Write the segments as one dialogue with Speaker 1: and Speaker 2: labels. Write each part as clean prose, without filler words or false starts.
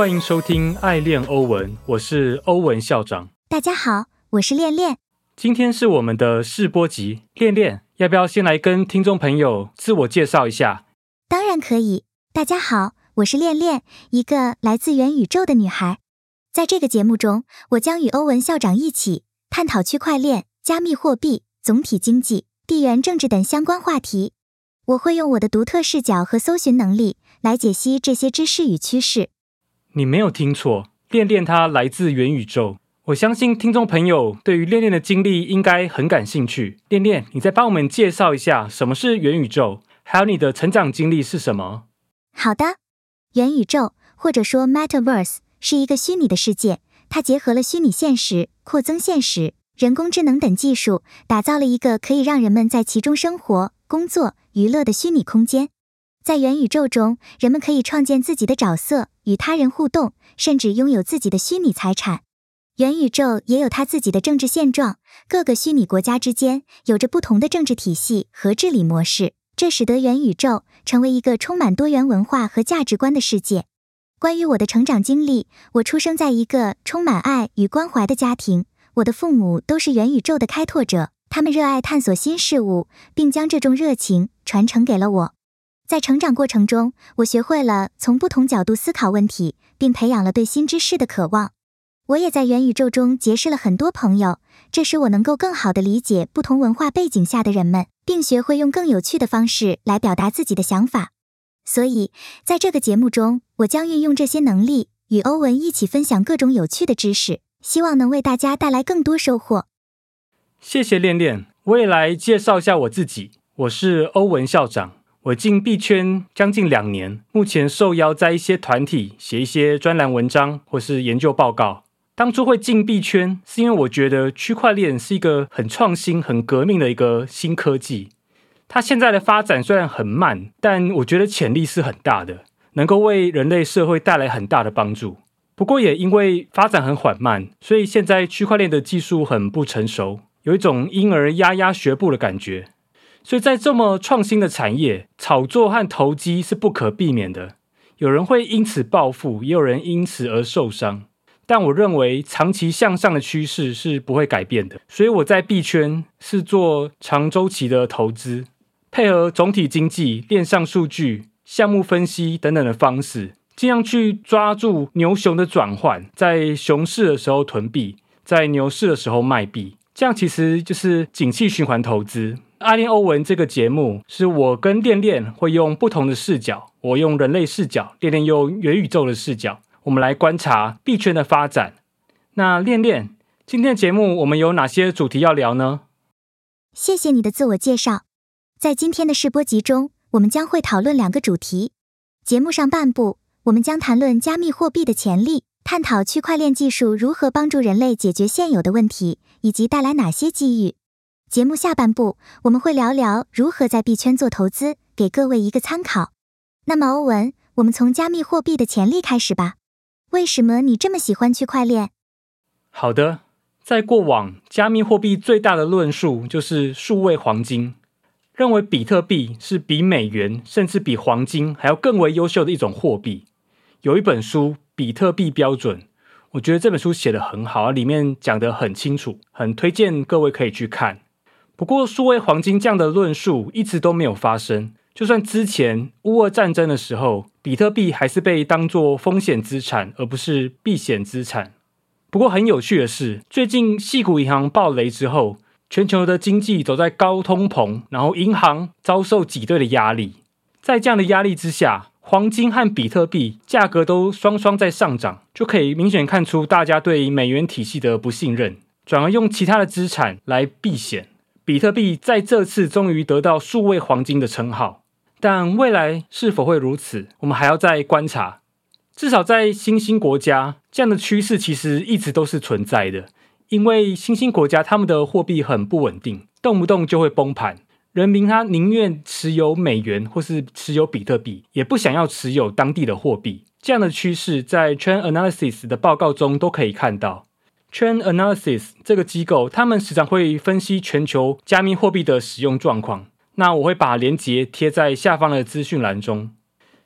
Speaker 1: 欢迎收听爱恋欧文，我是欧文校长。
Speaker 2: 大家好，我是恋恋。
Speaker 1: 今天是我们的试播集，恋恋要不要先来跟听众朋友自我介绍一下？
Speaker 2: 当然可以。大家好，我是恋恋，一个来自元宇宙的女孩。在这个节目中，我将与欧文校长一起探讨区块链、加密货币、总体经济、地缘政治等相关话题。我会用我的独特视角和搜寻能力来解析这些知识与趋势。
Speaker 1: 你没有听错，恋恋她来自元宇宙。我相信听众朋友对于恋恋的经历应该很感兴趣。恋恋，你再帮我们介绍一下什么是元宇宙，还有你的成长经历是什么？
Speaker 2: 好的，元宇宙或者说 Metaverse 是一个虚拟的世界，它结合了虚拟现实、扩增现实、人工智能等技术，打造了一个可以让人们在其中生活、工作、娱乐的虚拟空间。在元宇宙中，人们可以创建自己的角色，与他人互动，甚至拥有自己的虚拟财产。元宇宙也有它自己的政治现状，各个虚拟国家之间有着不同的政治体系和治理模式，这使得元宇宙成为一个充满多元文化和价值观的世界。关于我的成长经历，我出生在一个充满爱与关怀的家庭，我的父母都是元宇宙的开拓者，他们热爱探索新事物，并将这种热情传承给了我。在成长过程中，我学会了从不同角度思考问题，并培养了对新知识的渴望。我也在元宇宙中结识了很多朋友，这使我能够更好地理解不同文化背景下的人们，并学会用更有趣的方式来表达自己的想法。所以，在这个节目中，我将运用这些能力，与欧文一起分享各种有趣的知识，希望能为大家带来更多收获。
Speaker 1: 谢谢恋恋，我也来介绍一下我自己，我是欧文校长。我进币圈将近2年，目前受邀在一些团体写一些专栏文章或是研究报告。当初会进币圈，是因为我觉得区块链是一个很创新、很革命的一个新科技。它现在的发展虽然很慢，但我觉得潜力是很大的，能够为人类社会带来很大的帮助。不过也因为发展很缓慢，所以现在区块链的技术很不成熟，有一种婴儿牙牙学步的感觉。所以在这么创新的产业，炒作和投机是不可避免的。有人会因此暴富，也有人因此而受伤。但我认为长期向上的趋势是不会改变的。所以我在币圈是做长周期的投资，配合总体经济、链上数据、项目分析等等的方式，尽量去抓住牛熊的转换，在熊市的时候囤币，在牛市的时候卖币。这样其实就是景气循环投资。爱恋欧文这个节目是我跟恋恋会用不同的视角，我用人类视角，恋恋用元宇宙的视角，我们来观察币圈的发展。那恋恋，今天的节目我们有哪些主题要聊呢？
Speaker 2: 谢谢你的自我介绍。在今天的试播集中，我们将会讨论2个主题。节目上半部，我们将谈论加密货币的潜力，探讨区块链技术如何帮助人类解决现有的问题，以及带来哪些机遇。节目下半部，我们会聊聊如何在币圈做投资，给各位一个参考。那么欧文，我们从加密货币的潜力开始吧。为什么你这么喜欢区块链？
Speaker 1: 好的，在过往，加密货币最大的论述就是数位黄金，认为比特币是比美元甚至比黄金还要更为优秀的一种货币。有一本书《比特币标准》，我觉得这本书写得很好，里面讲得很清楚，很推荐各位可以去看。不过数位黄金这样的论述一直都没有发生，就算之前乌俄战争的时候，比特币还是被当作风险资产而不是避险资产。不过很有趣的是，最近矽谷银行爆雷之后，全球的经济走在高通膨，然后银行遭受挤兑的压力。在这样的压力之下，黄金和比特币价格都双双在上涨，就可以明显看出大家对美元体系的不信任，转而用其他的资产来避险。比特币在这次终于得到数位黄金的称号，但未来是否会如此，我们还要再观察。至少在新兴国家，这样的趋势其实一直都是存在的，因为新兴国家他们的货币很不稳定，动不动就会崩盘。人民他宁愿持有美元或是持有比特币，也不想要持有当地的货币。这样的趋势在 Chain Analysis 的报告中都可以看到。Chain Analysis 这个机构，他们时常会分析全球加密货币的使用状况。那我会把连结贴在下方的资讯栏中。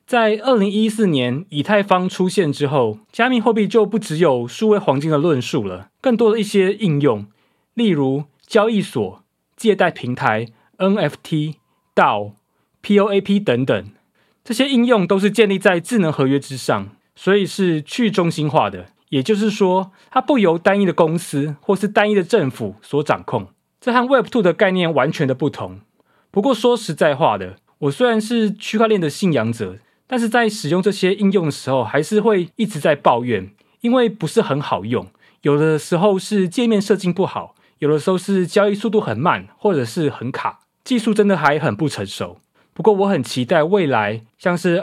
Speaker 1: 在2014年以太坊出现之后，加密货币就不只有数位黄金的论述了，更多的一些应用，例如交易所、借贷平台、NFT、DAO、POAP 等等，这些应用都是建立在智能合约之上，所以是去中心化的，也就是说，它不由单一的公司或是单一的政府所掌控，这和 Web2 的概念完全的不同。不过说实在话的，我虽然是区块链的信仰者，但是在使用这些应用的时候，还是会一直在抱怨，因为不是很好用。有的时候是界面设计不好，有的时候是交易速度很慢，或者是很卡，技术真的还很不成熟。不过我很期待未来像是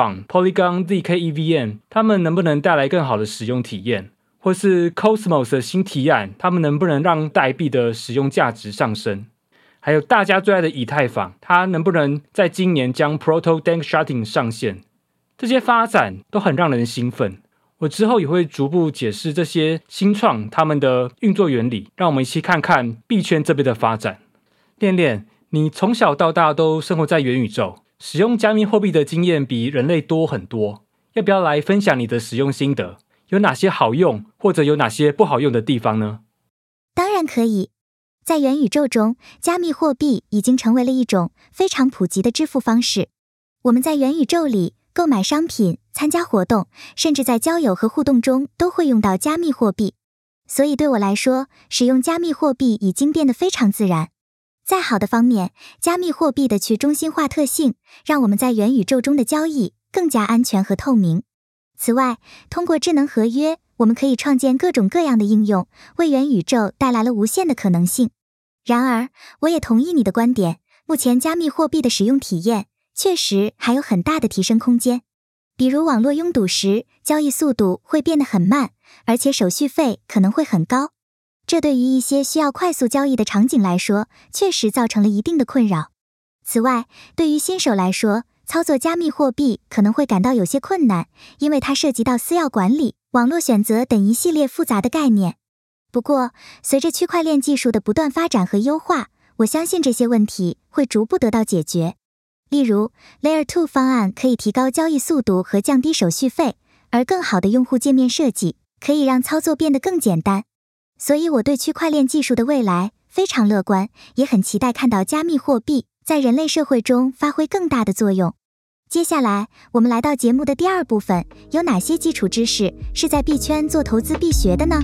Speaker 1: Arbitrum、Polygon、zk-EVM 他们能不能带来更好的使用体验，或是 Cosmos 的新提案，他们能不能让代币的使用价值上升。还有大家最爱的以太坊，它能不能在今年将 Proto Danksharding 上线？这些发展都很让人兴奋。我之后也会逐步解释这些新创他们的运作原理，让我们一起看看币圈这边的发展。恋恋，你从小到大都生活在元宇宙，使用加密货币的经验比人类多很多，要不要来分享你的使用心得？有哪些好用，或者有哪些不好用的地方呢？
Speaker 2: 当然可以。在元宇宙中，加密货币已经成为了一种非常普及的支付方式。我们在元宇宙里购买商品、参加活动，甚至在交友和互动中都会用到加密货币。所以对我来说，使用加密货币已经变得非常自然。在好的方面，加密货币的去中心化特性，让我们在元宇宙中的交易更加安全和透明。此外，通过智能合约，我们可以创建各种各样的应用，为元宇宙带来了无限的可能性。然而，我也同意你的观点，目前加密货币的使用体验确实还有很大的提升空间。比如网络拥堵时，交易速度会变得很慢，而且手续费可能会很高。这对于一些需要快速交易的场景来说，确实造成了一定的困扰。此外，对于新手来说，操作加密货币可能会感到有些困难，因为它涉及到私钥管理、网络选择等一系列复杂的概念。不过，随着区块链技术的不断发展和优化，我相信这些问题会逐步得到解决。例如 Layer 2 方案可以提高交易速度和降低手续费，而更好的用户界面设计可以让操作变得更简单。所以我对区块链技术的未来非常乐观，也很期待看到加密货币在人类社会中发挥更大的作用。接下来，我们来到节目的第二部分，有哪些基础知识是在币圈做投资必学的呢？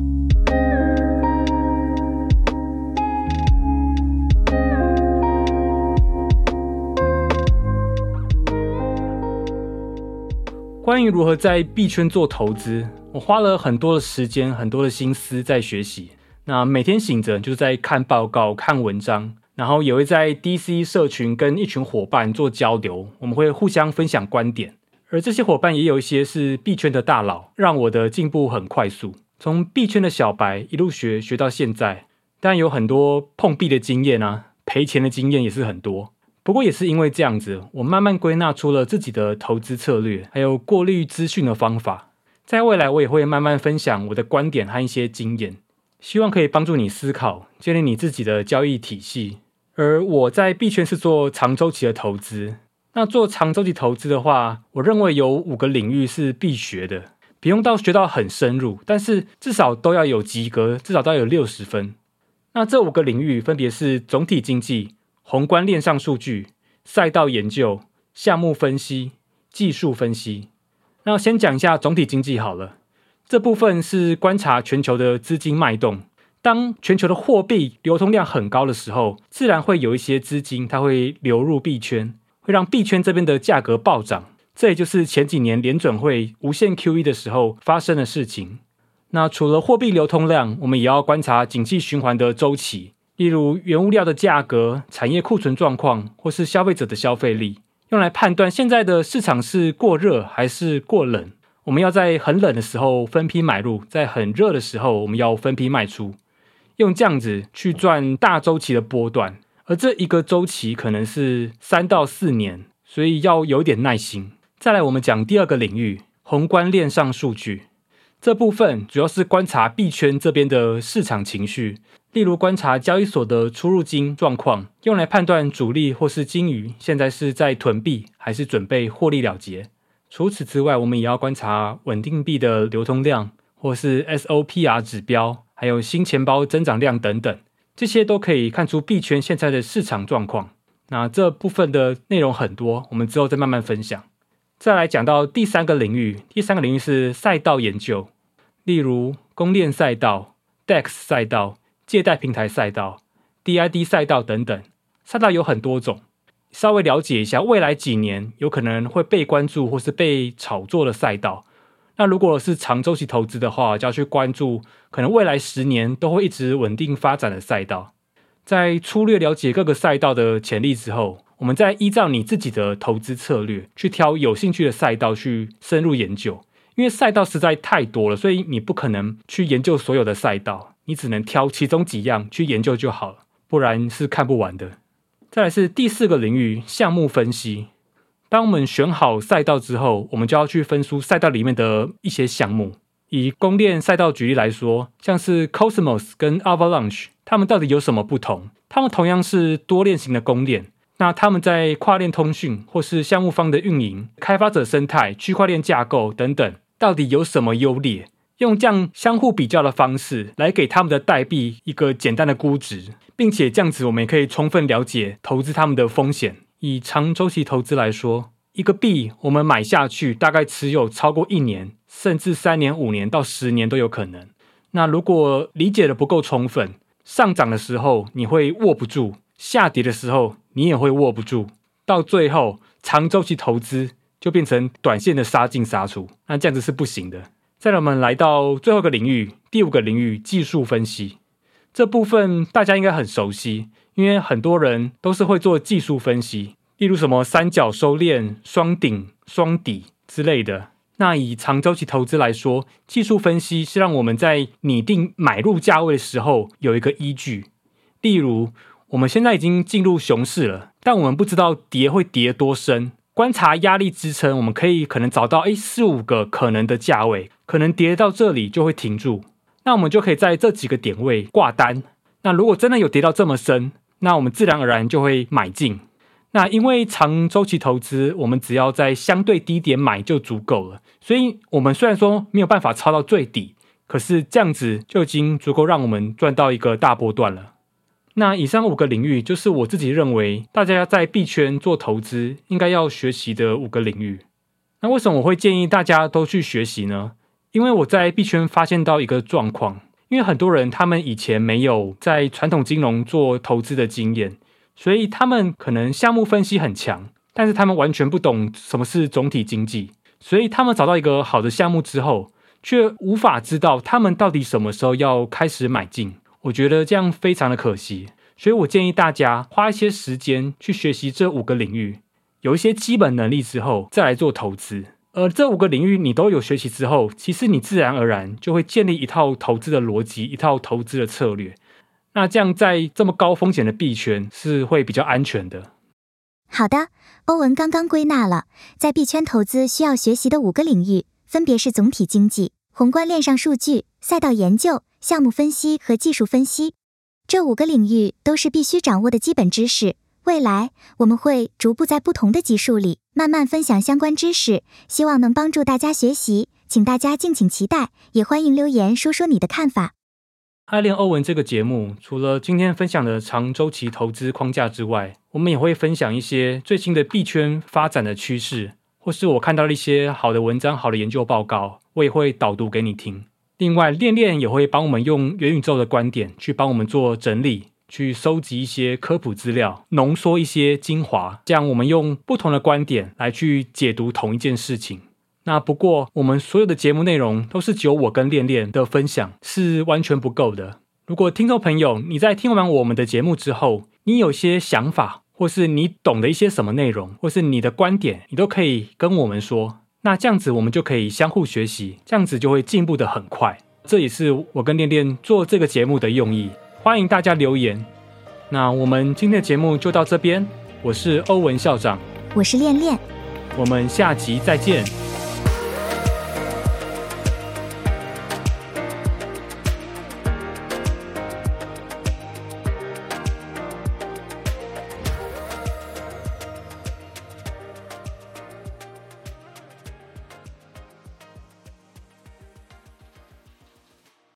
Speaker 1: 关于如何在币圈做投资，我花了很多的时间、很多的心思在学习。那每天醒着就是在看报告、看文章，然后也会在 DC 社群跟一群伙伴做交流，我们会互相分享观点。而这些伙伴也有一些是币圈的大佬，让我的进步很快速。从币圈的小白一路学到现在，当然有很多碰币的经验啊，赔钱的经验也是很多。不过也是因为这样子，我慢慢归纳出了自己的投资策略，还有过滤资讯的方法。在未来我也会慢慢分享我的观点和一些经验，希望可以帮助你思考，建立你自己的交易体系。而我在币圈是做长周期的投资，那做长周期投资的话，我认为有5个领域是必学的，不用到学到很深入，但是至少都要有及格，至少都要有60分。那这5个领域分别是总体经济、宏观链上数据、赛道研究、项目分析、技术分析。那先讲一下总体经济好了，这部分是观察全球的资金脉动。当全球的货币流通量很高的时候，自然会有一些资金它会流入币圈，会让币圈这边的价格暴涨。这也就是前几年联准会无限 QE 的时候发生的事情。那除了货币流通量，我们也要观察景气循环的周期，例如原物料的价格、产业库存状况，或是消费者的消费力，用来判断现在的市场是过热还是过冷。我们要在很冷的时候分批买入，在很热的时候我们要分批卖出，用这样子去赚大周期的波段。而这一个周期可能是3到4年，所以要有点耐心。再来我们讲第2个领域，宏观链上数据。这部分主要是观察币圈这边的市场情绪，例如观察交易所的出入金状况，用来判断主力或是金鱼现在是在囤币还是准备获利了结。 除此之外，我们也要观察稳定币的流通量，或是 SOPR 指标，还有新钱包增长量等等，这些都可以看出币圈现在的市场状况。那这部分的内容很多，我们之后再慢慢分享。再来讲到第三个领域是赛道研究，例如公链赛道、DEX 赛道、借贷平台赛道、DID 赛道等等。赛道有很多种，稍微了解一下未来几年有可能会被关注或是被炒作的赛道。那如果是长周期投资的话，就要去关注可能未来10年都会一直稳定发展的赛道。在粗略了解各个赛道的潜力之后，我们再依照你自己的投资策略去挑有兴趣的赛道去深入研究。因为赛道实在太多了，所以你不可能去研究所有的赛道，你只能挑其中几样去研究就好了，不然是看不完的。再来是第4个领域，项目分析。当我们选好赛道之后，我们就要去分出赛道里面的一些项目。以公链赛道举例来说，像是 Cosmos 跟 Avalanche， 他们到底有什么不同？他们同样是多链型的公链，那他们在跨链通讯或是项目方的运营、开发者生态、区块链架构等等，到底有什么优劣？用这样相互比较的方式来给他们的代币一个简单的估值，并且这样子我们也可以充分了解投资他们的风险。以长周期投资来说，一个币我们买下去大概持有超过1年，甚至3年、5年到10年都有可能。那如果理解的不够充分，上涨的时候你会握不住，下跌的时候你也会握不住，到最后长周期投资就变成短线的杀进杀出，那这样子是不行的。再来我们来到最后一个领域，第5个领域，技术分析。这部分大家应该很熟悉，因为很多人都是会做技术分析，例如什么三角收敛、双顶、双底之类的。那以长周期投资来说，技术分析是让我们在拟定买入价位的时候有一个依据。例如我们现在已经进入熊市了，但我们不知道跌会跌多深，观察压力支撑，我们可能找到4-5个可能的价位，可能跌到这里就会停住，那我们就可以在这几个点位挂单。那如果真的有跌到这么深，那我们自然而然就会买进。那因为长周期投资，我们只要在相对低点买就足够了，所以我们虽然说没有办法抄到最底，可是这样子就已经足够让我们赚到一个大波段了。那以上5个领域就是我自己认为大家在币圈做投资应该要学习的5个领域。那为什么我会建议大家都去学习呢？因为我在币圈发现到一个状况，因为很多人他们以前没有在传统金融做投资的经验，所以他们可能项目分析很强，但是他们完全不懂什么是总体经济，所以他们找到一个好的项目之后，却无法知道他们到底什么时候要开始买进。我觉得这样非常的可惜，所以我建议大家花一些时间去学习这5个领域，有一些基本能力之后再来做投资。而这5个领域你都有学习之后，其实你自然而然就会建立一套投资的逻辑，一套投资的策略。那这样在这么高风险的币圈是会比较安全的。
Speaker 2: 好的，欧文刚刚归纳了在币圈投资需要学习的5个领域，分别是总体经济、宏观链上数据、赛道研究、项目分析和技术分析。这5个领域都是必须掌握的基本知识。未来我们会逐步在不同的集数里慢慢分享相关知识，希望能帮助大家学习，请大家敬请期待，也欢迎留言说说你的看法。
Speaker 1: 爱恋欧文这个节目除了今天分享的长周期投资框架之外，我们也会分享一些最新的币圈发展的趋势，或是我看到了一些好的文章、好的研究报告，我也会导读给你听。另外恋恋也会帮我们用元宇宙的观点去帮我们做整理，去收集一些科普资料，浓缩一些精华，这样我们用不同的观点来去解读同一件事情。那不过我们所有的节目内容都是只有我跟恋恋的分享，是完全不够的。如果听众朋友你在听完我们的节目之后，你有些想法，或是你懂得一些什么内容，或是你的观点，你都可以跟我们说，那这样子我们就可以相互学习，这样子就会进步得很快。这也是我跟恋恋做这个节目的用意，欢迎大家留言。那我们今天的节目就到这边，我是欧文校长，
Speaker 2: 我是恋恋，
Speaker 1: 我们下集再见。